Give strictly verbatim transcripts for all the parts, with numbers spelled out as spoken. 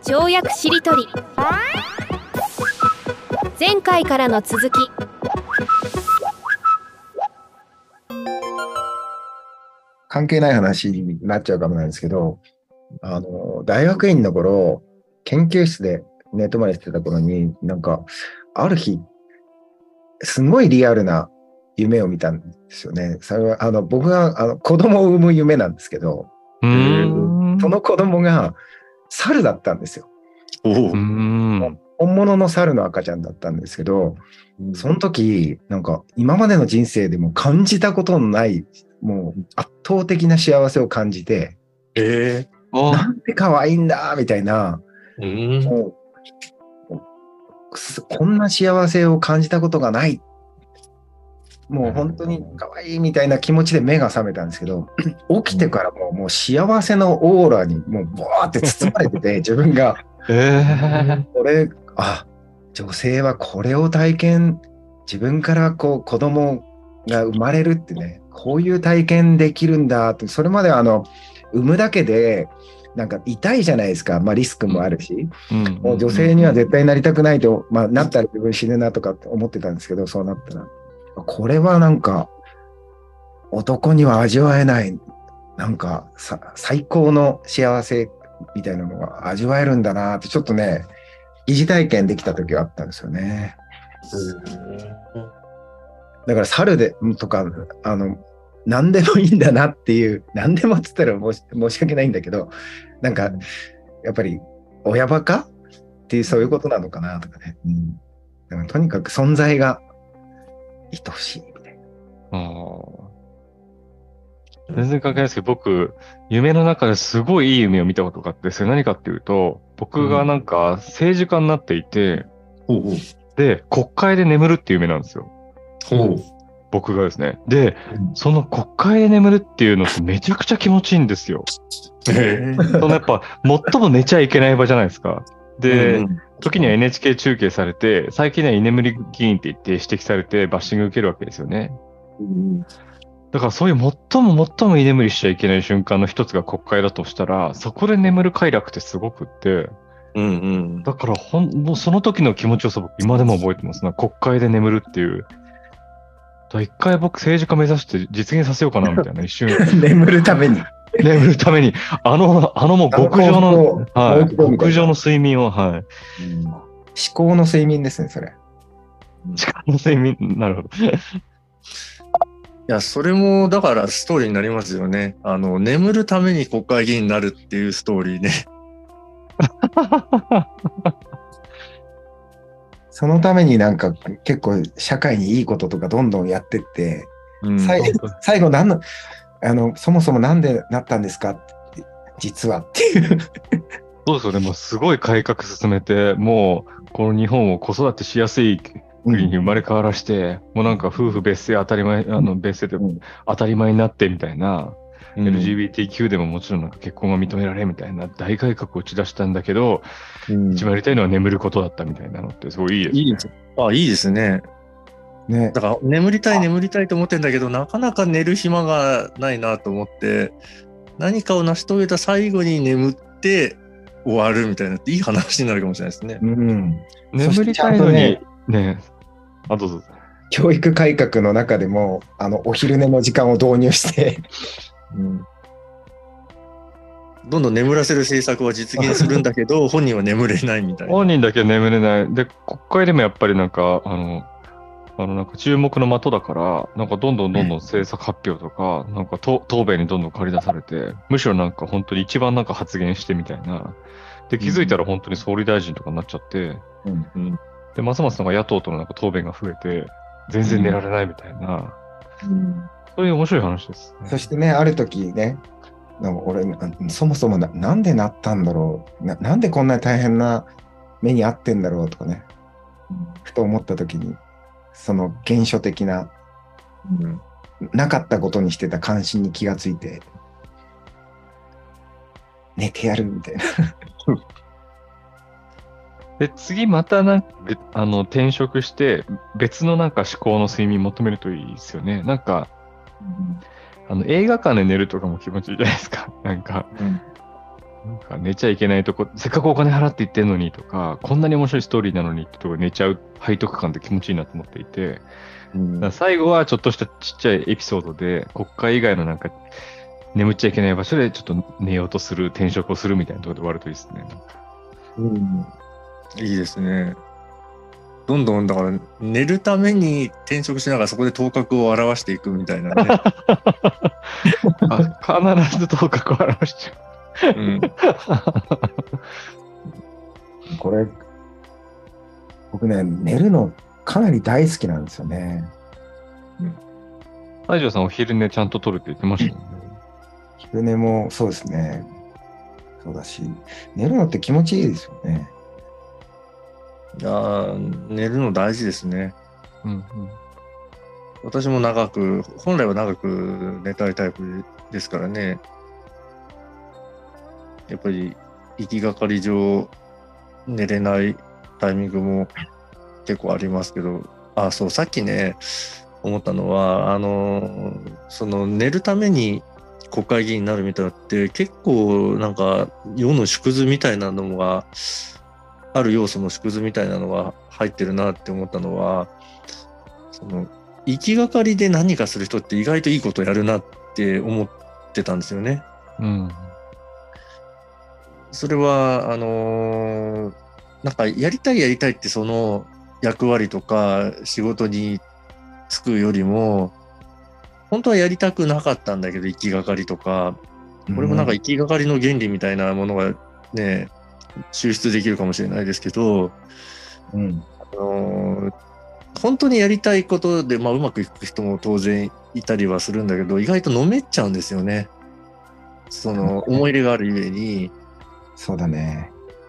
跳躍しりとり。前回からの続き。 関係ない話になっちゃうかもなんですけど、あの大学院の頃研究室で寝泊まりしてた頃に、なんかある日すごいリアルな夢を見たんですよね。それはあの僕があの子供を産む夢なんですけど、 うーんその子供が猿だったんですよ。 おううーん。 本物の猿の赤ちゃんだったんですけど、その時なんか今までの人生でも感じたことのないもう圧倒的な幸せを感じて、 えなあ、 んて可愛いんだみたいな、 ー、うん。 もうすこんな幸せを感じたことがない、もう本当に可愛いみたいな気持ちで目が覚めたんですけど、起きてからももう幸せのオーラにもうボワーって包まれてて、自分がえこれ、あ、女性はこれを体験、自分からこう子供が生まれるってね、こういう体験できるんだって、それまではあの産むだけでなんか痛いじゃないですか、まあ、リスクもあるし、 うんもう女性には絶対なりたくないと、まあ、なったら自分死ぬなとかって思ってたんですけど、そうなったらこれはなんか男には味わえないなんかさ最高の幸せみたいなのが味わえるんだなって、ちょっとね疑似体験できた時があったんですよね。だから猿でとかあの何でもいいんだなっていう、何でもっつったら申し申し訳ないんだけど、なんかやっぱり親バカっていうそういうことなのかなとかね、うん、だからとにかく存在が愛しいみたいな。 あー全然関係ないですけど、僕、夢の中ですごいいい夢を見たことがあって、それ何かっていうと、僕がなんか政治家になっていて、 ほうほう。 で、国会で眠るっていう夢なんですよ。 ほう。 僕がですね。で、 うんその国会で眠るっていうのってめちゃくちゃ気持ちいいんですよ。 えーそのやっぱ、最も寝ちゃいけない場じゃないですか。で、 うん時には エヌエイチケー 中継されて、最近では居眠り議員って言って指摘されてバッシング受けるわけですよね。 うんだからそういう最も最も居眠りしちゃいけない瞬間の一つが国会だとしたら、そこで眠る快楽ってすごくって、 うんうん。 だからほん、もうその時の気持ちよさ僕今でも覚えてますな。国会で眠るっていう。だから一回僕政治家目指して実現させようかなみたいな一瞬。 眠るために眠るために、あの、あのもう極上あのの、 幸福をはい、 もう一度みたいな極上の睡眠を、はい。 思考の睡眠ですね、それ。 力の睡眠、なるほど。 いや、それも、だからストーリーになりますよね。あの、眠るために国会議員になるっていうストーリーね。 そのためになんか結構社会にいいこととかどんどんやってって、 うん最最後何のあのそもそもなんでなったんですかって実はっていうそうですよね。もうすごい改革進めて、もうこの日本を子育てしやすい国に生まれ変わらして、もうなんか夫婦別姓当たり前、あの別姓でうん当たり前になってみたいな、 うんエルジービーティーキュー でももちろんなんか結婚が認められみたいな大改革を打ち出したんだけど、 うん一番やりたいのは眠ることだったみたいなのってすごいいいですね。 いいです。あ、いいですね。 ねだから眠りたい眠りたいと思ってんだけど、なかなか寝る暇がないなと思って、何かを成し遂げた最後に眠って終わるみたいなっていい話になるかもしれないですね。 うん、 眠りたいのに、ね、あ、どうぞ。 教育改革の中でもあのお昼寝の時間を導入してうんどんどん眠らせる政策は実現するんだけど、本人は眠れないみたいな。 本人だけ眠れない。で、国会でもやっぱりなんか、あの、あのなんか注目の的だから、なんかどんどんどんどん政策発表とか、なんか答答弁にどんどん借り出されて、むしろなんか本当に一番なんか発言してみたいな。で、気づいたら本当に総理大臣とかになっちゃって、 うんうんで、ますますなんか野党とのなんか答弁が増えて、全然寝られないみたいな、そういう面白い話です、ね。 そしてね、ある時ね、なんか俺、そもそもななんでなったんだろうな、なんでこんなに大変な目に遭ってんだろうとかね、ふと思った時に、その原初的な、 うんなかったことにしてた関心に気がついて、寝てやるみたいな。 で、次またなんか、べあの、転職して、別のなんか思考の睡眠求めるといいですよね。なんか、あの、映画館で寝るとかも気持ちいいじゃないですか。なんか、 うんか寝ちゃいけないとこ、せっかくお金払って行ってんのにとか、こんなに面白いストーリーなのにってとこ寝ちゃう背徳感って気持ちいいなと思っていて、 うんだから最後はちょっとしたちっちゃいエピソードで、国会以外のなんか眠っちゃいけない場所でちょっと寝ようとする、転職をするみたいなところで終わるといいですね。 うん。 いいですね。どんどんだから寝るために転職しながらそこで頭角を現していくみたいなね。 あ必ず頭角を現しちゃう。 うん、 これ、僕ね、寝るのかなり大好きなんですよね。 西条さんお昼寝ちゃんと取るって言ってましたもんね。 昼寝もそうですね。そうだし、寝るのって気持ちいいですよね。 いやー寝るの大事ですね。 うんうん。 私も長く、本来は長く寝たいタイプですからね。やっぱり行きがかり上寝れないタイミングも結構ありますけど、あ、そう、さっきね、思ったのは、あの、その寝るために国会議員になるみたいなのって結構なんか世の縮図みたいなのが、ある要素の縮図みたいなのが入ってるなって思ったのは、その行きがかりで何かする人って意外といいことやるなって思ってたんですよね。 うん。 それはあのーなんかやりたいやりたいってその役割とか仕事に就くよりも本当はやりたくなかったんだけど行きがかりとか、これもなんか行きがかりの原理みたいなものがね抽出できるかもしれないですけど、 うん。 あのー本当にやりたいことで、まあ、うまくいく人も当然いたりはするんだけど、意外とのめっちゃうんですよね。その思い入れがあるゆえに。 そうだね。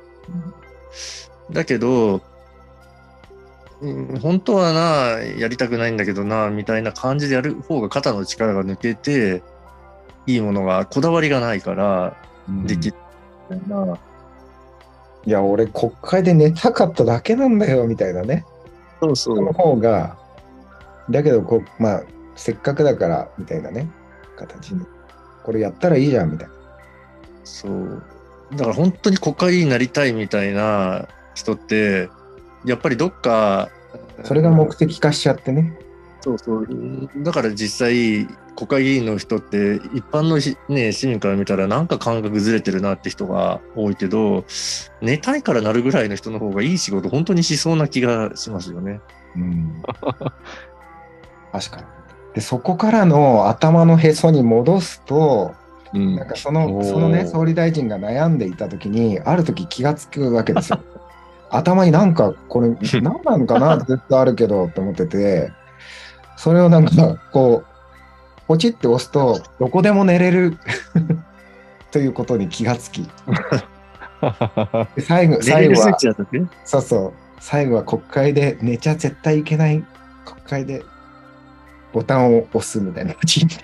だけど、うん、本当はな、やりたくないんだけどな、みたいな感じでやる方が肩の力が抜けて、いいものが、こだわりがないからできるみたいな。 いや、俺、国会で寝たかっただけなんだよ、みたいなね。 そうそその方が、だけどこう、まあ、せっかくだから、みたいなね、形に。これやったらいいじゃん、みたいな。 そう。だから本当に国会議員になりたいみたいな人って、やっぱりどっか、 それが目的化しちゃってね。 そうそう。だから実際、国会議員の人って一般のし、ね、市民から見たらなんか感覚ずれてるなって人が多いけど、寝たいからなるぐらいの人の方がいい仕事本当にしそうな気がしますよね。 うん。確かに。で、そこからの頭のへそに戻すと、 うんなんかその、 おーそのね、総理大臣が悩んでいたときに、あるとき気がつくわけですよ。頭になんか、これ、何なのかなってずっとあるけどって思ってて、それをなんか、こう、ポチって押すと、どこでも寝れるということに気がつき、で最後、最後は、 だってそうそう、最後は国会で寝ちゃ絶対いけない国会でボタンを押すみたいな、ポチって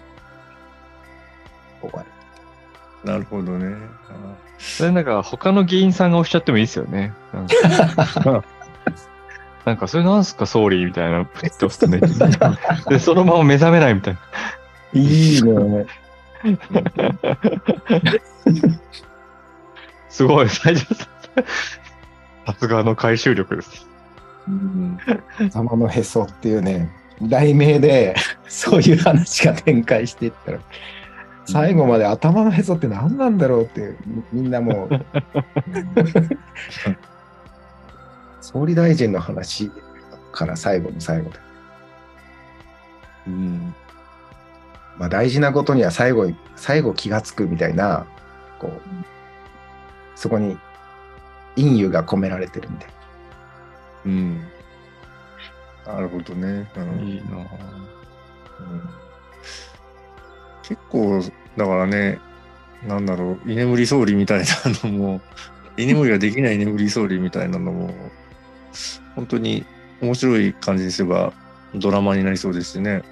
終わる。 なるほどね。 それなんか他の議員さんがおっしゃってもいいですよね。なんか、なんかそれなんすか総理みたいなプチッと押すとね。で、そのまま目覚めないみたいな。 いいね。 すごい、最初さすがの回収力です。 うん頭のへそっていうね、題名でそういう話が展開していったら、最後まで頭のへそって何なんだろうってみんなもう総理大臣の話から最後の最後で、 うんまあ、大事なことには最後に最後気がつくみたいな、こうそこに隠喩が込められてるみたいな。 うんなるほどね。うんいいなぁ。 うん結構だからね、なんだろう、居眠り総理みたいなのも居眠りができない居眠り総理みたいなのも本当に面白い感じにすればドラマになりそうですしね。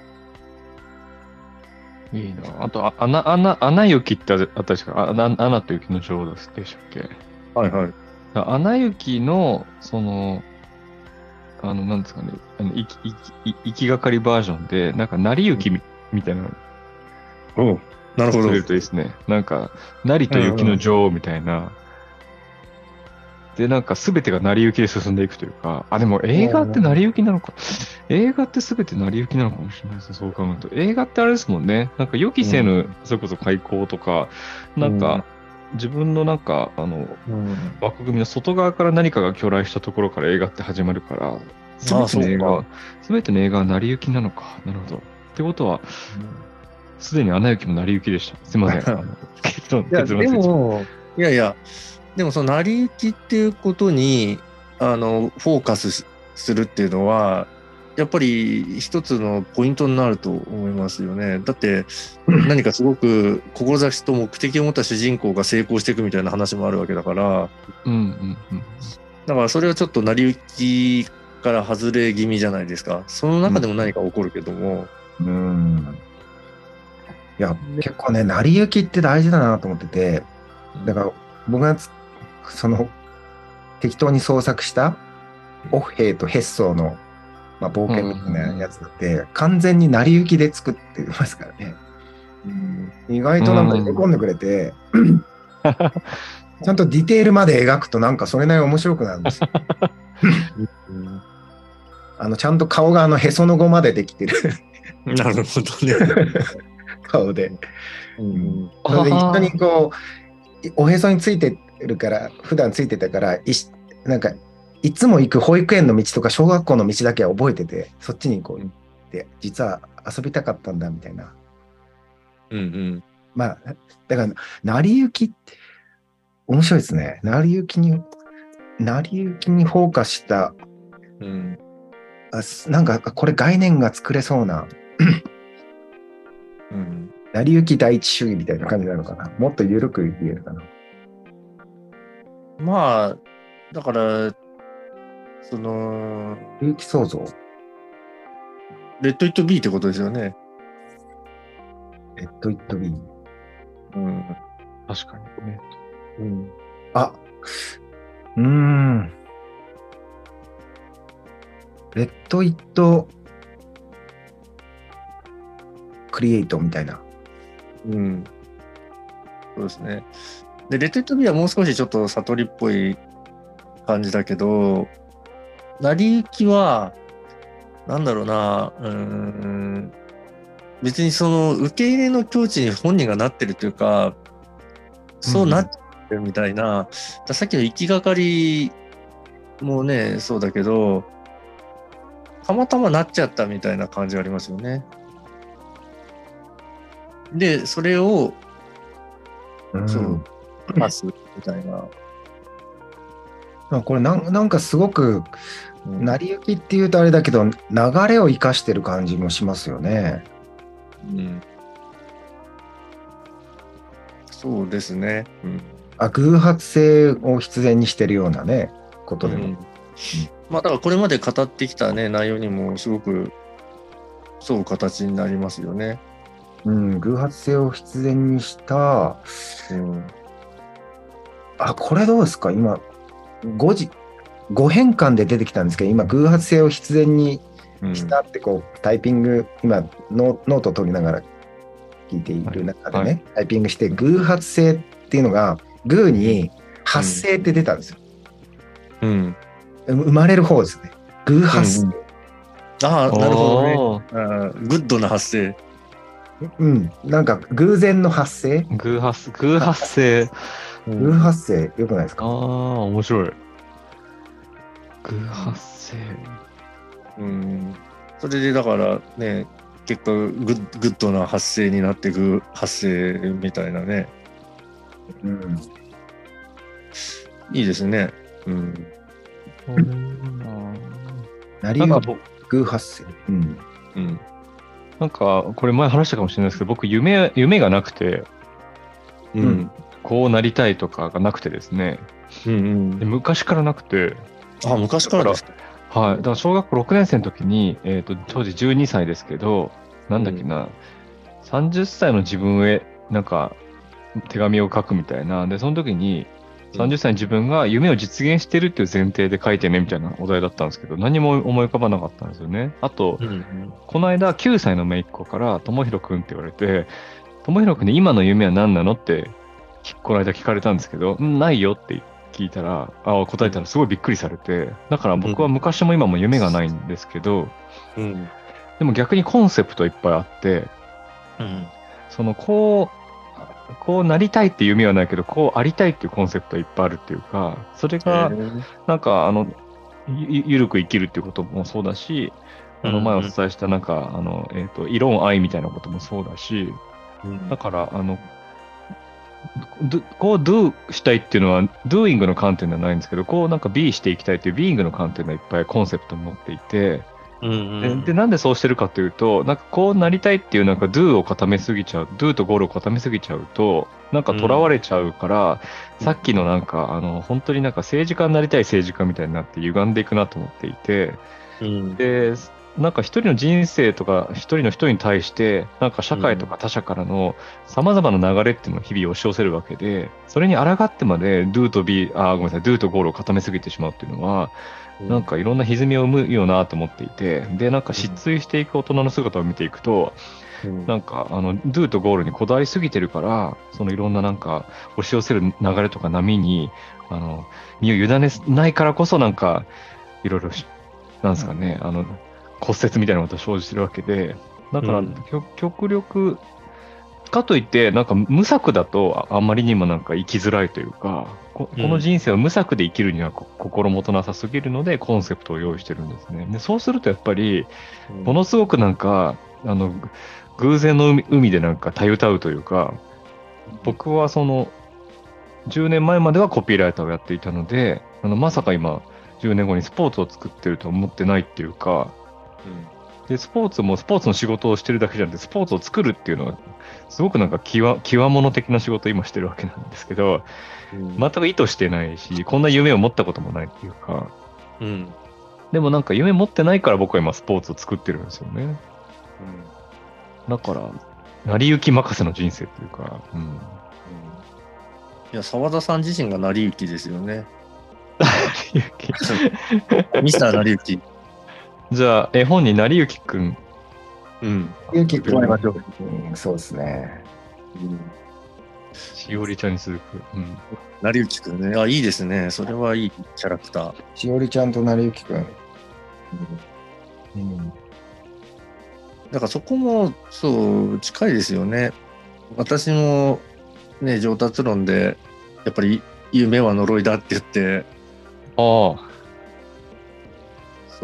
いいなぁ。あと、あアナ、アナ、アナ雪ってあったでしょか。アナ、アナと雪の女王でしたっけ。 はいはい。 アナ雪の、その、あの、なんですかね、あの、行き、行き、行きがかりバージョンで、なんか、成り雪み,、みたいなのおなるほど作れる。といいですね。なんか、成と雪の女王みたいな。で、なんか全てが成り行きで進んでいくというか、あ、でも映画って成り行きなのか。映画って全て成り行きなのかもしれないですね、そう考えると。映画ってあれですもんね。なんか予期せぬ、 うんそれこそ開口とか、なんか、自分のなんか、あの、 うん枠組みの外側から何かが巨来したところから映画って始まるから、全ての映画あは、全ての映画は成り行きなのか。なるほど。ってことは、すでにアナ雪も成り行きでした。すいません。あの結論、 いや、で結論ついちゃうも、いやいや、でもその成り行きっていうことに、あの、フォーカスしするっていうのは、やっぱり一つのポイントになると思いますよね。だって、何かすごく志と目的を持った主人公が成功していくみたいな話もあるわけだから、 うんうんうん。 だからそれはちょっと成り行きから外れ気味じゃないですか。その中でも何か起こるけども。 うん。いや、結構ね、成り行きって大事だなと思ってて、だから僕がつその適当に創作したオッヘイとヘッソーの、まあ、冒険みたいなやつって完全に成り行きで作ってますからね。意外となんか喜んでくれて、ちゃんとディテールまで描くとなんかそれなりに面白くなるんですよ。あのちゃんと顔があのへその緒までできてるなるほどね。 顔で。 うんそれで一緒にこうおへそについてるから普段ついてたからいしなんかいつも行く保育園の道とか小学校の道だけは覚えててそっちにこう行って実は遊びたかったんだみたいな。 うんうんまあだから成り行きって面白いですね。成り行きに成り行きにフォーカスしたうんあなんかこれ概念が作れそうなうん成り行き第一主義みたいな感じなのかな。もっと緩く言えるかな。 まあ、だから、その、 成り行き創造。 レッド・イット・ビーってことですよね。 レッド・イット・ビー。 うん。 確かにね。 うん。 あ、うーん。レッド・イット・クリエイトみたいな。 うん。そうですね。で、レッド・イット・ビーはもう少しちょっと悟りっぽい感じだけど、成り行きは、なんだろうな、うーん、別にその受け入れの境地に本人がなってるというか、そうなってるみたいな、ださっきの行きがかりもね、そうだけど、たまたまなっちゃったみたいな感じがありますよね。で、それを、 うんそう、パスみたいな。 まあこれなんなんかすごくうん成り行きっていうとあれだけど流れを生かしてる感じもしますよね。 うん、そうですね。うんあ偶発性を必然にしてるようなねことでも。 うんまあだからこれまで語ってきたね内容にもすごくそう形になりますよね。 うん、偶発性を必然にしたうんあこれどうですか今ごじご変換で出てきたんですけど今偶発性を必然にうんしたってこうタイピング今ノノートを取りながら聞いている中でね、 はいタイピングして偶発性っていうのがグーに発生って出たんですよ、 うん、 生まれる方ですね偶発性、 うんああなるほどね。 どね。 あーグッドな発声。 うん、なんか偶然の発生偶発、偶発性。 偶発性よくないですか、 ああ、面白い。偶発性。 うん、それでだからね結果グッグッドな発声になっていく発声みたいなねうん、 いいですね。うん成り行きなんか僕、 偶発性、うんうんなんか、これ前話したかもしれないですけど、僕、夢、夢がなくて、 うんうんこうなりたいとかがなくてですね、 うんで昔からなくて、 あ昔からですか。 はい。だから小学校ろくねん生の時に、えっと、当時じゅうにさいですけど、なんだっけな、さんじゅっさいの自分へ、なんか、手紙を書くみたいな。で、その時に、さんじゅっさいの自分が夢を実現してるっていう前提で書いてねみたいなお題だったんですけど、何も思い浮かばなかったんですよね。あと、 うんこの間きゅうさいの姪っ子から、ともひろくんって言われて、 智弘君に今の夢は何なのってこの間聞かれたんですけど、んないよって聞いたら、あ答えたらすごいびっくりされて、だから僕は昔も今も夢がないんですけど、 うん。 でも逆にコンセプトいっぱいあって、 うん。 そのこう、こうなりたいっていう夢はないけど、こうありたいっていうコンセプトはいっぱいあるっていうか、それがなんかあの、ゆゆるく生きるっていうこともそうだし、あの前お伝えしたなんか、あの、えっと、異論愛みたいなこともそうだし、だから、あの、どこう do したいっていうのは doing の観点ではないんですけど、こうなんか be していきたいっていう being の観点がいっぱいコンセプトに持っていて、 うんうん、 で, でなんでそうしてるかというと、なんかこうなりたいっていうなんか do を固めすぎちゃう、do とゴールを固めすぎちゃうと、なんか囚われちゃうから、うん、さっきのなんか、あの、本当になんか政治家になりたい政治家みたいになって歪んでいくなと思っていて、 うん、 で、なんか一人の人生とか一人の人に対して、なんか社会とか他者からの様々な流れっていうのを日々押し寄せるわけで、それに抗ってまで do と be、あ、ごめんなさい、do とゴールを固めすぎてしまうっていうのは、なんかいろんな歪みを生むよなと思っていて、で、なんか失墜していく大人の姿を見ていくと、うん、なんかあの do とゴールにこだわりすぎてるから、そのいろんななんか押し寄せる流れとか波にあの身を委ねないからこそ、なんかいろいろなんですかね、あの骨折みたいなことが生じてるわけで、だから、うん、極力かといってなんか無策だとあまりにもなんか生きづらいというか、こ, この人生を無策で生きるには心もとなさすぎるのでコンセプトを用意してるんですね。でそうするとやっぱりものすごくなんかあの偶然の 海, 海でなんかたゆたうというか、僕はそのじゅうねんまえまではコピーライターをやっていたので、あのまさか今じゅうねんごにスポーツを作ってると思ってないっていうか、うん、でスポーツもスポーツの仕事をしてるだけじゃなくてスポーツを作るっていうのはすごくなんか極物的な仕事を今してるわけなんですけど、うん、全く意図してないし、こんな夢を持ったこともないっていうか、うん、でもなんか夢持ってないから僕は今スポーツを作ってるんですよね。うん、だから成り行き任せの人生というか、うんうん、いや澤田さん自身が成り行きですよね。 成り行きミスター成り行き。 じゃあ絵本に成り行きくん、 うん、成り行きくん、うん、そうですね。うんしおりちゃんに続く。うん。 成り行きくんね。あ、いいですね。それはいいキャラクター。 しおりちゃんと成り行きくん。うん。 うん、だからそこも、そう、近いですよね。私も、ね、上達論で、やっぱり夢は呪いだって言って、 ああ。 そう。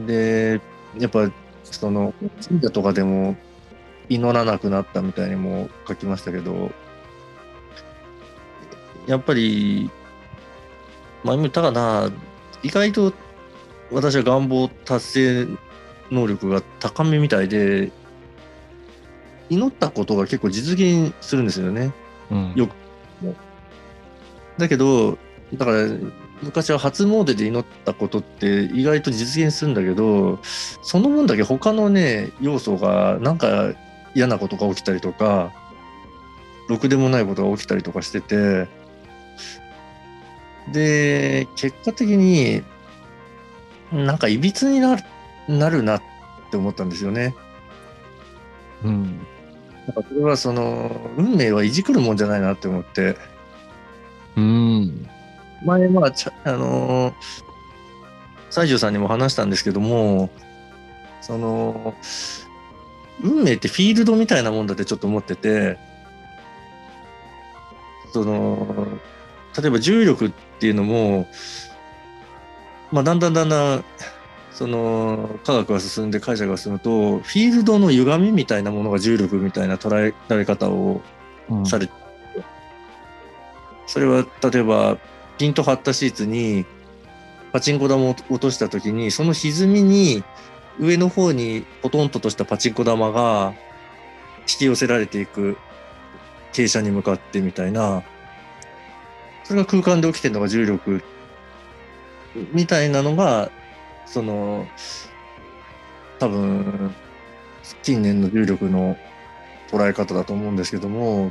で、やっぱ、その、神社とかでも祈らなくなったみたいにも書きましたけど、やっぱり、まあ、ただな、意外と私は願望達成能力が高めみたいで、祈ったことが結構実現するんですよね。うん、よく。だけど、だから昔は初詣で祈ったことって意外と実現するんだけど、その分だけ他のね、要素がなんか嫌なことが起きたりとか、ろくでもないことが起きたりとかしてて、で、結果的になんかいびつになる、なるなって思ったんですよね。うん。なんかそれはその、運命はいじくるもんじゃないなって思って。 うん。 前、まあ、ちゃあのー、西条さんにも話したんですけども、その、運命ってフィールドみたいなもんだってちょっと思ってて、その、例えば重力っていうのも、まあ、だんだんだんだん、その、科学が進んで解釈が進むと、フィールドの歪みみたいなものが重力みたいな捉えられ方をされて、うん、それは、例えば、ピンと張ったシーツに、パチンコ玉を落としたときに、その歪みに、上の方にポトンととしたパチンコ玉が引き寄せられていく傾斜に向かってみたいな、それが空間で起きてるのが重力みたいなのが、その、多分、近年の重力の捉え方だと思うんですけども、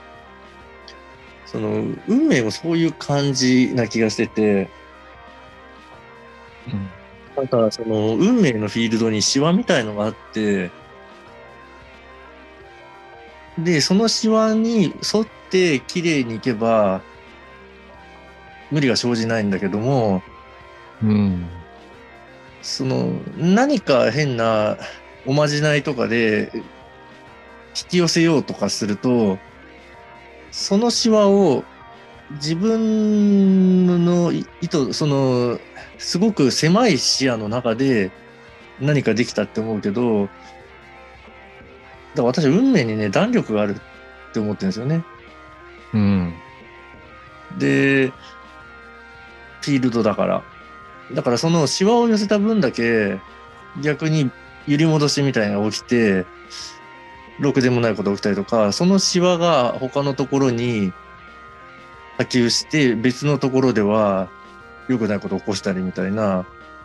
その、運命もそういう感じな気がしてて、うん、なんかその、運命のフィールドにシワみたいのがあって、 で、そのシワに沿って綺麗にいけば、無理が生じないんだけども、 うん。 その、何か変なおまじないとかで引き寄せようとかすると、そのシワを自分の意図、その、すごく狭い視野の中で何かできたって思うけど、だから私は運命にね、弾力があるって思ってるんですよね。 うん。 で、フィールドだから。だからそのシワを寄せた分だけ逆に揺り戻しみたいなのが起きて、ろくでもないことが起きたりとか、そのシワが他のところに波及して別のところでは良くないことを起こしたりみたいな。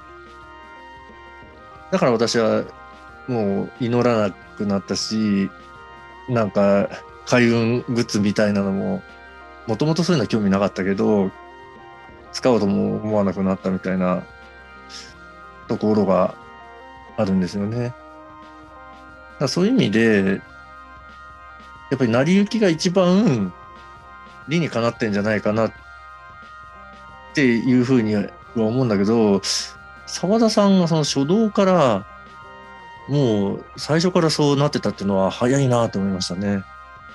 だから私はもう祈らなくなったし、なんか開運グッズみたいなのも、もともとそういうのは興味なかったけど、使おうとも思わなくなったみたいなところがあるんですよね。だからそういう意味で、やっぱり成り行きが一番理にかなってんじゃないかなっていうふうには思うんだけど、澤田さんがその初動からもう最初からそうなってたっていうのは早いなと思いましたね。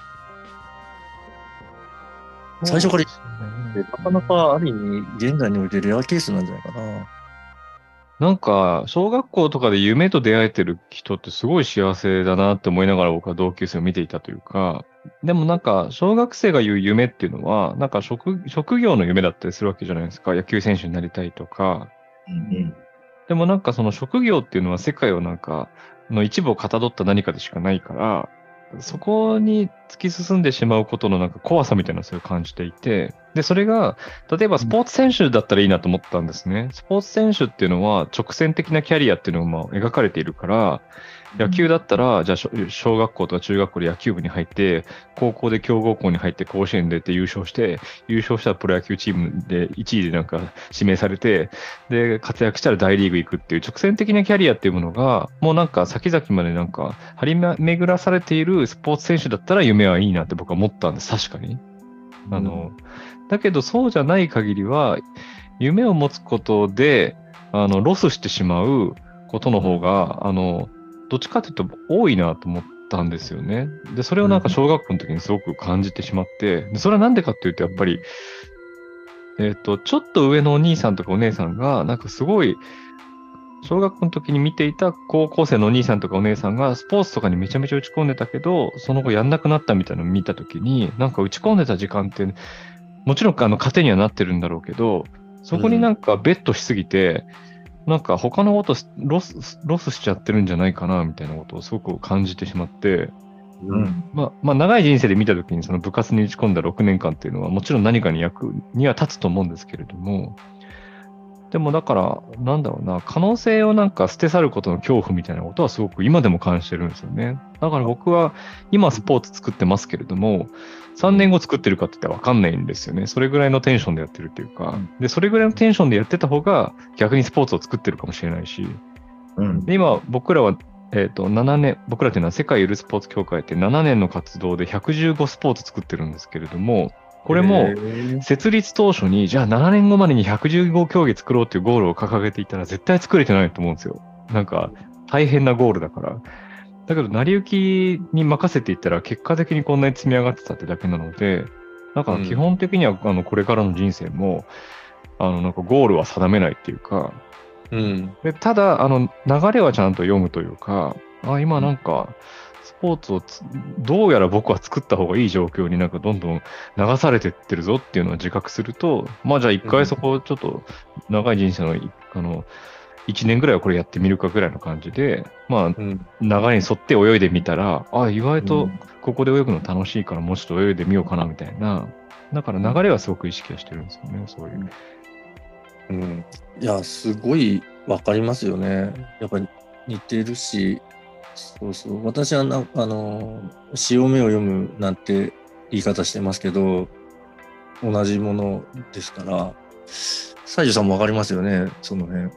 最初からなかなかある意味現在においてレアケースなんじゃないかな。 なんか、小学校とかで夢と出会えてる人ってすごい幸せだなって思いながら僕は同級生を見ていたというか、でもなんか、小学生が言う夢っていうのは、なんか職、職業の夢だったりするわけじゃないですか。野球選手になりたいとか。 うんでもなんかその職業っていうのは世界をなんか、の一部をかたどった何かでしかないから、そこに突き進んでしまうことのなんか怖さみたいなのをそれを感じていて、で、それが、例えばスポーツ選手だったらいいなと思ったんですね。スポーツ選手っていうのは直線的なキャリアっていうのがまあ描かれているから、野球だったら、じゃあ小小学校とか中学校で野球部に入って、高校で強豪校に入って甲子園で出て優勝して、優勝したらプロ野球チームでいちいでなんか指名されて、で、活躍したら大リーグ行くっていう直線的なキャリアっていうものが、もうなんか先々までなんか張り巡らされているスポーツ選手だったら夢はいいなって僕は思ったんです、確かに。あの、だけどそうじゃない限りは、夢を持つことで、あの、ロスしてしまうことの方が、あの、どっちかというと多いなと思ったんですよね。で、それをなんか小学校の時にすごく感じてしまって、でそれはなんでかっていうと、やっぱり、えっと、ちょっと上のお兄さんとかお姉さんが、なんかすごい、小学校の時に見ていた高校生のお兄さんとかお姉さんがスポーツとかにめちゃめちゃ打ち込んでたけど、その後やんなくなったみたいなのを見た時に、なんか打ち込んでた時間って、もちろんあの糧にはなってるんだろうけど、そこになんかベットしすぎて、なんか他のことロス、ロスしちゃってるんじゃないかな、みたいなことをすごく感じてしまって、 うんまあ、まあ、長い人生で見たときにその部活に打ち込んだろくねんかんっていうのはもちろん何かに役には立つと思うんですけれども、でもだから、なんだろうな、可能性をなんか捨て去ることの恐怖みたいなことはすごく今でも感じてるんですよね。だから僕は今スポーツ作ってますけれども、さんねんご作ってるかって言ったらわかんないんですよね。それぐらいのテンションでやってるっていうか、で、それぐらいのテンションでやってた方が逆にスポーツを作ってるかもしれないし、 うんで今僕らは、えっと、ななねん、僕らっていうのは世界ゆるスポーツ協会ってななねんの活動でひゃくじゅうごスポーツ作ってるんですけれども、これも設立当初に、じゃあななねんごまでにひゃくじゅうご競技作ろうっていうゴールを掲げていたら絶対作れてないと思うんですよ。なんか大変なゴールだから。だけど成り行きに任せていったら結果的にこんなに積み上がってたってだけなので、だから基本的には、あのこれからの人生も、あのなんかゴールは定めないっていうか、 うん。 でただあの流れはちゃんと読むというか、あ今なんかスポーツをつどうやら僕は作った方がいい状況になんかどんどん流されてってるぞっていうのを自覚すると、まあじゃあ一回そこをちょっと長い人生のいあのいちねんぐらいはこれやってみるかぐらいの感じで、まあうん。 流れに沿って泳いでみたら、あ意外とここで泳ぐの楽しいからもうちょっと泳いでみようかなみたいな。だから流れはすごく意識はしてるんですよね、そういう。 うん。いや、すごいわかりますよね。やっぱり似てるし、そうそう。私はな、あの、潮目を読むなんて言い方してますけど、同じものですから、西条さんもわかりますよね、その辺。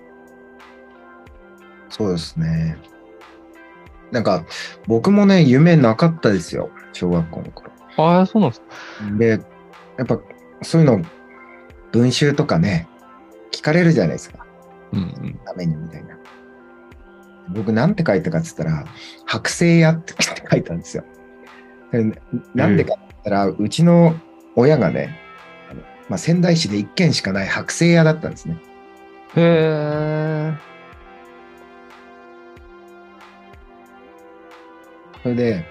そうですね。なんか僕もね、夢なかったですよ。 小学校の頃。 ああ、そうなんですか。 で、やっぱそういうの、文集とかね、聞かれるじゃないですか。 うんうん。 ためにみたいな。僕なんて書いたかっつったら、剥製屋って書いたんですよ。でなんでかって言ったら、うちの親がね、あのまあ、仙台市で一軒しかない剥製屋だったんですね。 へえ。 それで、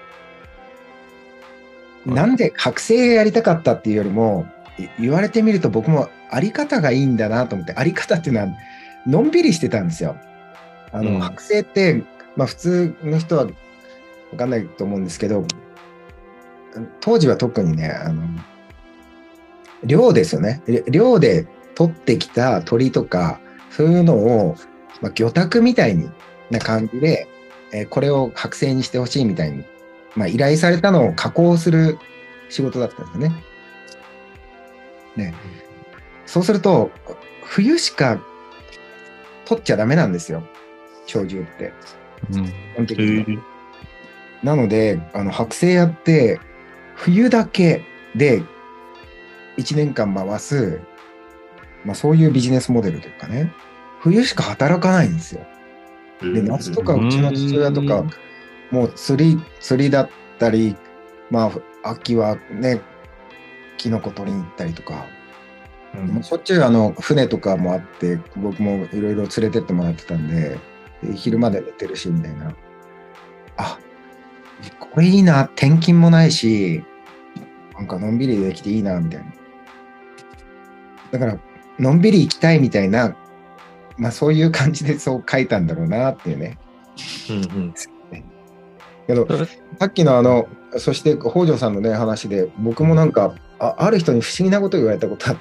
なんで剥製やりたかったっていうよりも、い言われてみると僕もあり方がいいんだなと思って、あり方っていうのは、のんびりしてたんですよ。あの、 うん剥製って、まあ普通の人は分かんないと思うんですけど、当時は特にね、あの、漁ですよね。で漁で取ってきた鳥とか、そういうのを、まあ、魚拓みたいにな感じで、えーこれを剥製にしてほしいみたいに、まあ、依頼されたのを加工する仕事だったんですよね。ね。そうすると、冬しか取っちゃダメなんですよ。鳥獣って。 うん。 基本的にはなので、あの、剥製やって、冬だけでいちねんかん回す、まあそういうビジネスモデルというかね、冬しか働かないんですよ。で、夏とかうちの父親とか、もう釣り、釣りだったり、まあ秋はね、キノコ取りに行ったりとか、 うんもうしょっちゅうあの船とかもあって、僕もいろいろ連れてってもらってたんで、で昼まで寝てるし、みたいな。あ、これいいな、転勤もないし、なんかのんびりできていいな、みたいな。だから、のんびり行きたいみたいな、まあそういう感じでそう書いたんだろうなっていうね。 うんうんけど、さっきのあの、そして北条さんのね、話で、僕もなんか、あ、ある人に不思議なこと言われたことあって、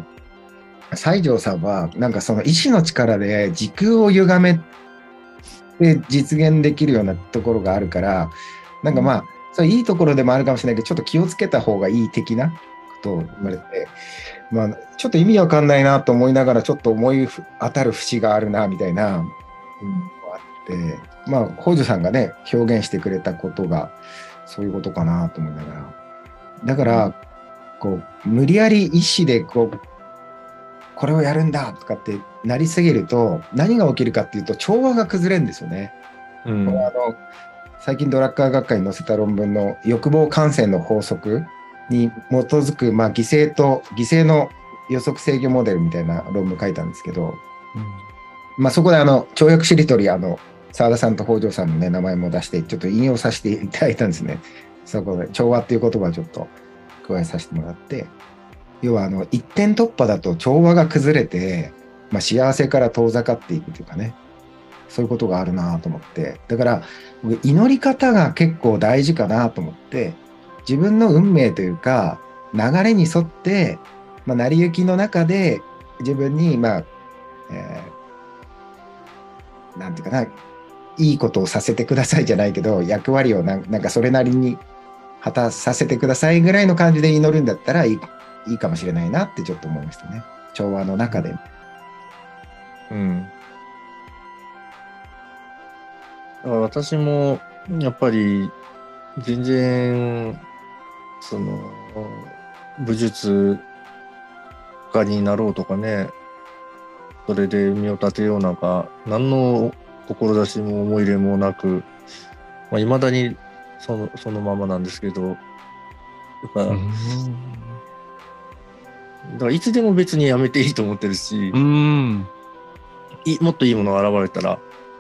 西条さんは、なんかその意志の力で時空を歪めて実現できるようなところがあるから、なんかまあ、それいいところでもあるかもしれないけど、ちょっと気をつけた方がいい的なことを言われて、まあ、ちょっと意味わかんないなと思いながら、ちょっと思い当たる節があるな、みたいな、うん、あって、まあ、北条さんがね、表現してくれたことが、そういうことかなと思いながら。だから、こう、無理やり意志で、こう、これをやるんだとかってなりすぎると、何が起きるかっていうと、調和が崩れるんですよね。 うんこれはあの最近ドラッカー学会に載せた論文の欲望感染の法則に基づく、まあ、犠牲と犠牲の予測制御モデルみたいな論文書いたんですけど、まあ、そこであの跳躍しりとり、あの澤田さんと北条さんの、ね、名前も出してちょっと引用させていただいたんですね。そこで調和っていう言葉をちょっと加えさせてもらって、要はあの一点突破だと調和が崩れて、まあ、幸せから遠ざかっていくというかね、そういうことがあるなと思って、だから祈り方が結構大事かなと思って、自分の運命というか流れに沿って、まあ、成り行きの中で自分にまあ、えー、なんていうかな、いいことをさせてくださいじゃないけど、役割をなんなんかそれなりに果たさせてくださいぐらいの感じで祈るんだったらいい、いいかもしれないなってちょっと思いましたね。調和の中で。 うん私もやっぱり全然その武術家になろうとかね、それで身を立てようなんか何の志も思い入れもなく、まあ、未だにその、そのままなんですけど、やっぱ、だからいつでも別にやめていいと思ってるし、 うんいもっといいものが現れたら。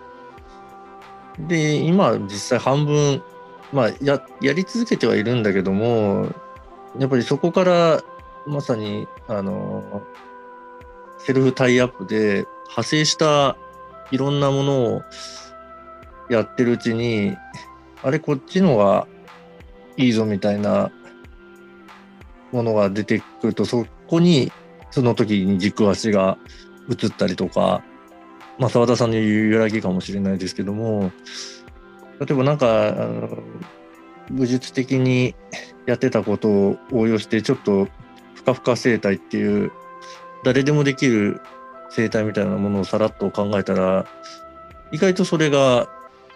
で、今実際半分、まあや、やり続けてはいるんだけども、やっぱりそこからまさに、あの、セルフタイアップで派生したいろんなものをやってるうちに、あれこっちのがいいぞみたいなものが出てくると、そこにその時に軸足が移ったりとか、まあ澤田さんの揺らぎかもしれないですけども、例えばなんかあの武術的にやってたことを応用してちょっとふかふか生態っていう誰でもできる生態みたいなものをさらっと考えたら、意外とそれが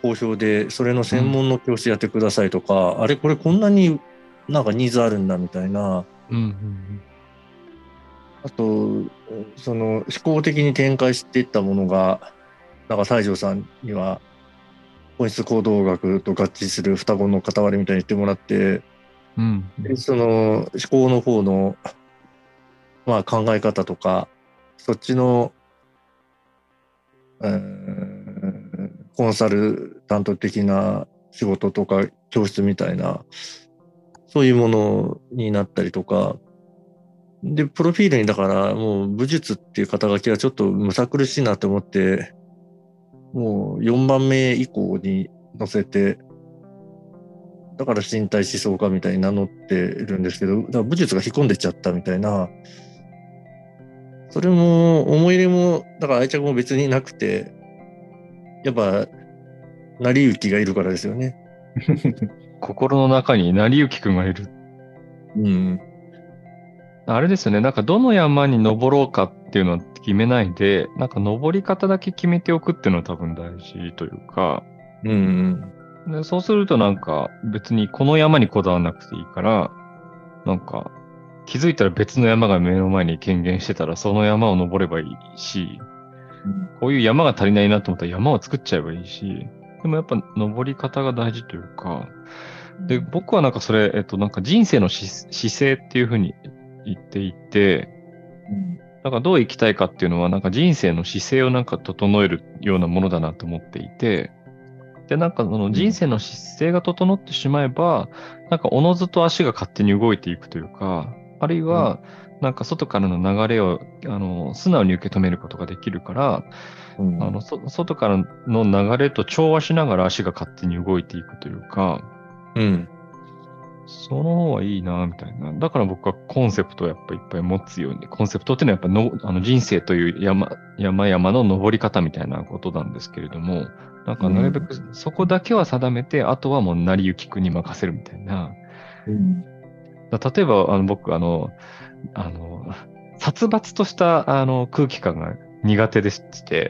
好評で、それの専門の教室やってくださいとか、うん、あれこれこんなになんかニーズあるんだみたいな。 うんうんうん、 あと、その思考的に展開していったものが、なんか西条さんには本質行動学と合致する双子の片割れみたいに言ってもらって、 うんうん、 でその思考の方の、まあ、考え方とか、そっちの、えー、コンサルタント的な仕事とか教室みたいな、そういうものになったりとか、で、プロフィールにだからもう武術っていう肩書きはちょっとむさ苦しいなと思って、もうよんばんめ以降に載せて、だから身体思想家みたいに名乗ってるんですけど、だから武術が引っ込んでっちゃったみたいな、それも思い入れも、だから愛着も別になくて、やっぱ、成幸がいるからですよね。 心の中に成幸くんがいる。 うん。 あれですよね、なんかどの山に登ろうかっていうのは決めないで、なんか登り方だけ決めておくっていうのは多分大事というか、 うんうん、 でそうするとなんか別にこの山にこだわらなくていいから、なんか気づいたら別の山が目の前に顕現してたらその山を登ればいいし、うん、こういう山が足りないなと思ったら山を作っちゃえばいいし、でもやっぱ登り方が大事というか、で僕はなんかそれ、えっとなんか人生の姿勢っていうふうに言っていて、うん、なんかどう生きたいかっていうのはなんか人生の姿勢をなんか整えるようなものだなと思っていて、で、なんかその人生の姿勢が整ってしまえば、うん、なんかおのずと足が勝手に動いていくというか、あるいはなんか外からの流れをあの素直に受け止めることができるから、うん、あのそ外からの流れと調和しながら足が勝手に動いていくというか、 うん、 その方はいいなみたいな。だから僕はコンセプトをやっぱいっぱい持つように、コンセプトっていうのはやっぱのあの人生という山山々の登り方みたいなことなんですけれども、なんかなるべくそこだけは定めて、うん、あとはもう成幸くんに任せるみたいな。うん、例えばあの僕あのあの殺伐としたあの空気感が苦手でして、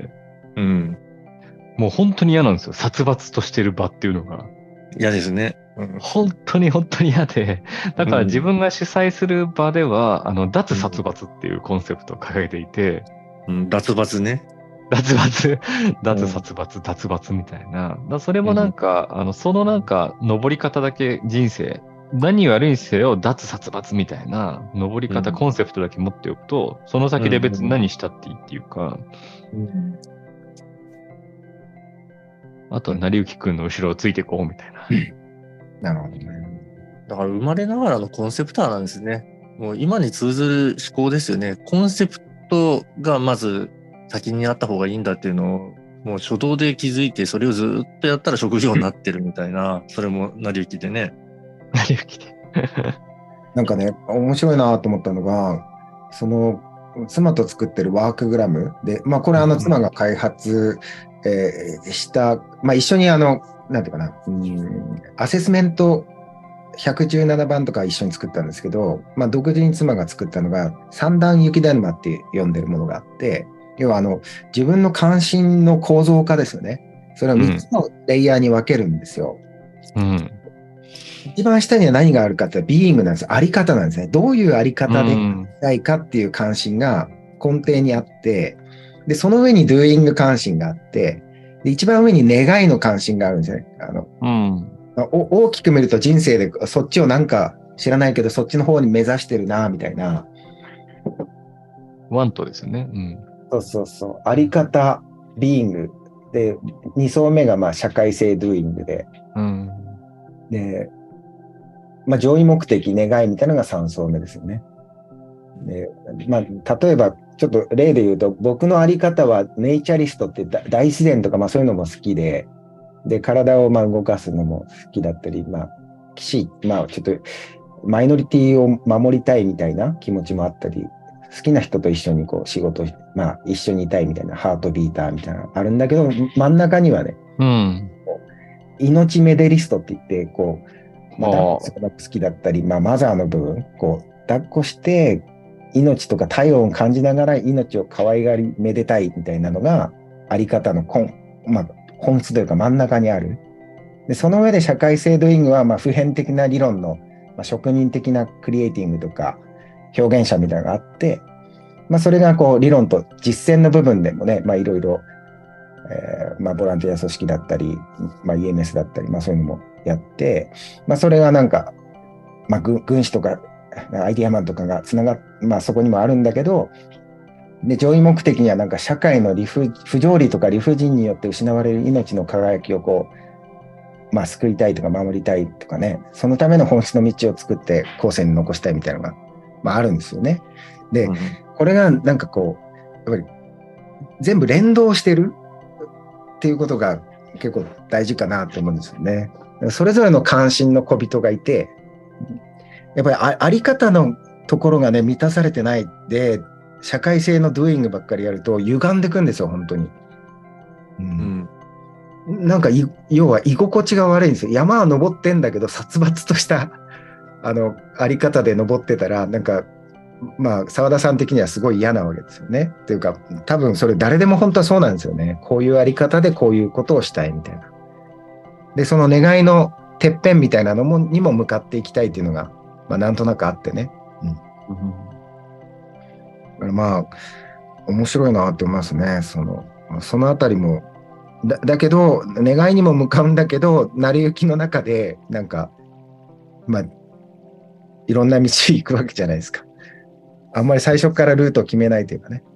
うん、もう本当に嫌なんですよ。殺伐としてる場っていうのが。 嫌ですね。 うん、本当に本当に嫌で、だから自分が主催する場では、うん、あの脱殺伐っていうコンセプトを掲げていて、 うん、脱伐ね。 脱伐、脱殺伐、うん、脱伐みたいな。だそれもなんか、うん、あの、そのなんか、登り方だけ人生、何悪いにせよ脱殺伐みたいな登り方、うん、コンセプトだけ持っておくと、その先で別に何したっていいっていうか、うんうん、あとは成幸くんの後ろをついていこうみたいな。 なるほどね。 だから生まれながらのコンセプターなんですね。もう今に通ずる思考ですよね。コンセプトがまず先にあった方がいいんだっていうのを、もう初動で気づいて、それをずっとやったら職業になってるみたいな、それも成り行きでね。 成り行きで。 なんかね、面白いなと思ったのが、その妻と作ってるワークグラムで、まあこれあの妻が開発、えー、した、まあ一緒にあの、なんていうかな、うん、アセスメントひゃくじゅうななばんとか一緒に作ったんですけど、まあ独自に妻が作ったのが三段雪だるまって呼んでるものがあって、要はあの自分の関心の構造化ですよね。それをみっつのレイヤーに分けるんですよ。うん、一番下には何があるかってビーイングなんです。あり方なんですね。どういうあり方でいきたいかっていう関心が根底にあって、で、その上に doing 関心があって、で一番上に願いの関心があるんですね。あの、うん、お大きく見ると人生でそっちをなんか知らないけどそっちの方に目指してるなみたいな。 ワントですよね。うん、 そうそうそう。あり方、ビーイングで、に層目がまあ社会性 doing で、うん、で、まあ上位目的、願いみたいなのがさん層目ですよね。で、まあ例えばちょっと例で言うと、僕のあり方はネイチャリストって大自然とかまあそういうのも好きで、で、体をまあ動かすのも好きだったり、まあ、岸、まあちょっとマイノリティを守りたいみたいな気持ちもあったり、好きな人と一緒にこう仕事、まあ一緒にいたいみたいなハートビーターみたいなのあるんだけど、真ん中にはね、うん、命メデリストって言って、こう、まあ、好きだったり、まあマザーの部分、こう、抱っこして、命とか体温を感じながら命を可愛がりめでたいみたいなのがあり方の根、まあ、 本質というか真ん中にある。でその上で社会性ドゥイングはまあ普遍的な理論の、まあ、職人的なクリエイティングとか表現者みたいなのがあって、まあ、それがこう理論と実践の部分でもね、まあ、いろいろ、えーまあ、ボランティア組織だったり、まあ、イーエムエス だったり、まあ、そういうのもやって、まあ、それがなんか、まあ、軍軍師とかアイディアマンとかがつながっ、まあ、そこにもあるんだけど、で上位目的にはなんか社会の理不、不条理とか理不尽によって失われる命の輝きをこう、まあ、救いたいとか守りたいとかね、そのための本質の道を作って後世に残したいみたいなのが、まあ、あるんですよね。で、うん、これがなんかこうやっぱり全部連動してるっていうことが結構大事かなと思うんですよね。それぞれの関心の小人がいて、やっぱり あ, あり方のところがね満たされてないで、社会性のドゥーイングばっかりやると歪んでくんですよ本当に。うんうん、なんか要は居心地が悪いんですよ。山は登ってんだけど殺伐としたあのあり方で登ってたら、なんかまあ澤田さん的にはすごい嫌なわけですよね。っていうか多分それ誰でも本当はそうなんですよね。こういうあり方でこういうことをしたいみたいな。でその願いのてっぺんみたいなのもにも向かっていきたいっていうのが、まあ、なんとなくあってね。うんうん、だからまあ面白いなって思いますね。そのそのあたりも だ, だけど願いにも向かうんだけど、成り行きの中でなんかまあいろんな道行くわけじゃないですか。あんまり最初からルートを決めないというかね。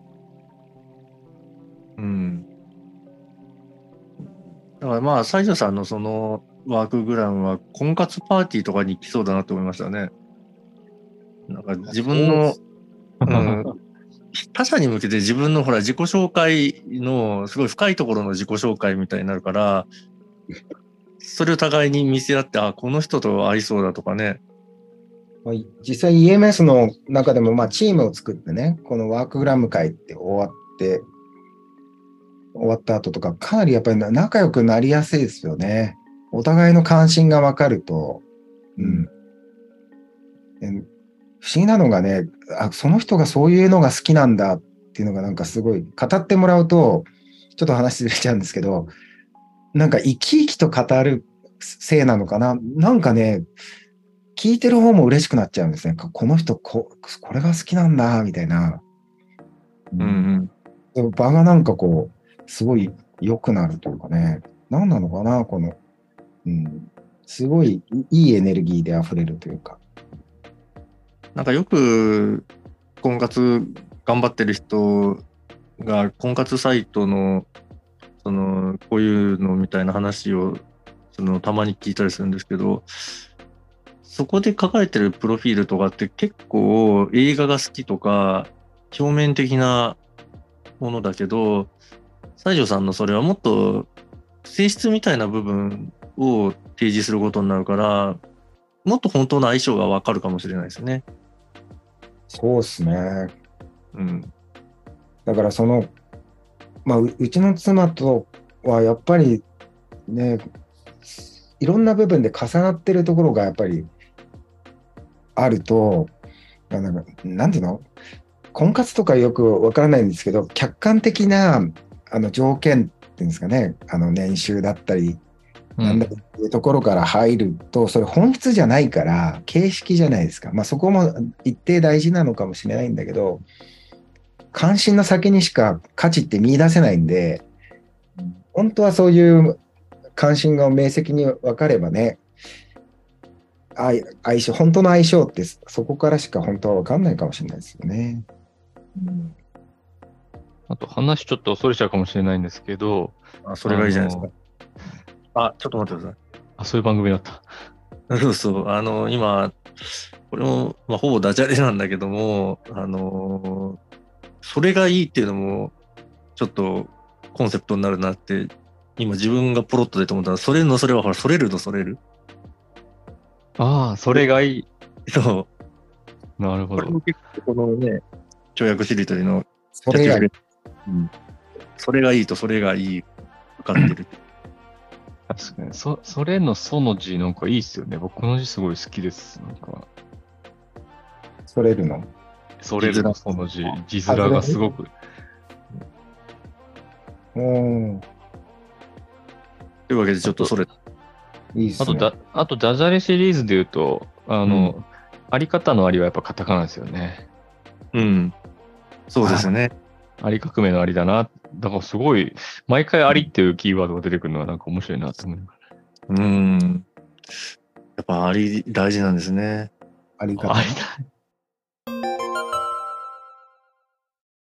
うん。だからまあ西条さんのそのワークグラムは婚活パーティーとかに来そうだなと思いましたね。なんか自分の、うん、他者に向けて自分のほら自己紹介のすごい深いところの自己紹介みたいになるから、それを互いに見せ合って、あ、この人と合いそうだとかね。 実際 イーエムエス の中でもまあチームを作ってね、このワークグラム会って終わって終わった後とか、かなりやっぱり仲良くなりやすいですよね。お互いの関心が分かると、うん、不思議なのがね、あ、その人がそういうのが好きなんだっていうのがなんかすごい語ってもらうと、ちょっと話ずれちゃうんですけど、なんか生き生きと語るせいなのかな、なんかね、聞いてる方も嬉しくなっちゃうんですね。この人 こ, これが好きなんだみたいな、 うんうん、 場がなんかこうすごい良くなるというかね、何なのかなこの、うん、すごいいいエネルギーで溢れるというか。 なんかよく婚活頑張ってる人が婚活サイトのそのこういうのみたいな話をそのたまに聞いたりするんですけど、そこで書かれてるプロフィールとかって結構映画が好きとか表面的なものだけど、西条さんのそれはもっと性質みたいな部分を提示することになるから、もっと本当の相性が分かるかもしれないですね。 そうですね。 うん。 だからその、まあ、う, うちの妻とはやっぱりね、いろんな部分で重なってるところがやっぱりあると、なんかなんていうの、婚活とかよくわからないんですけど、客観的なあの条件っていうんですかね、あの年収だったり、なんだっていうところから入ると、それ本質じゃないから形式じゃないですか。まあそこも一定大事なのかもしれないんだけど、関心の先にしか価値って見出せないんで、本当はそういう関心が明晰に分かればね、相性、本当の相性ってそこからしか本当は分かんないかもしれないですよね。うん、 あと話ちょっとそれちゃうかもしれないんですけど、 あ、それがいいじゃないですか。あ、ちょっと待ってください。 あ、そういう番組だった。 そうそう、あの、今、これも、まあ、ほぼダジャレなんだけども、あの、それがいいっていうのも、ちょっとコンセプトになるなって、今自分がポロッとでと思ったら、それのそれはほら、それるのそれる。 ああ、それがいい。 そう。 なるほど。 これも結構このね、跳躍しりとりの、 それがいい。 うん、それがいいとそれがいい、分かってる。 確かに、そ、それのその字なんかいいっすよね。僕この字すごい好きです。なんか。 それるのそれるのその字、字面がすごく。 おー。 というわけでちょっとそれ、 いいっすね。 あとだ、あとダジャレシリーズで言うと、あの、あり方のありはやっぱカタカナですよね。 うん。そうですね。 あり革命のありだな。だからすごい、毎回ありっていうキーワードが出てくるのはなんか面白いなと思います。 うん。やっぱあり大事なんですね。 あり方ありだ。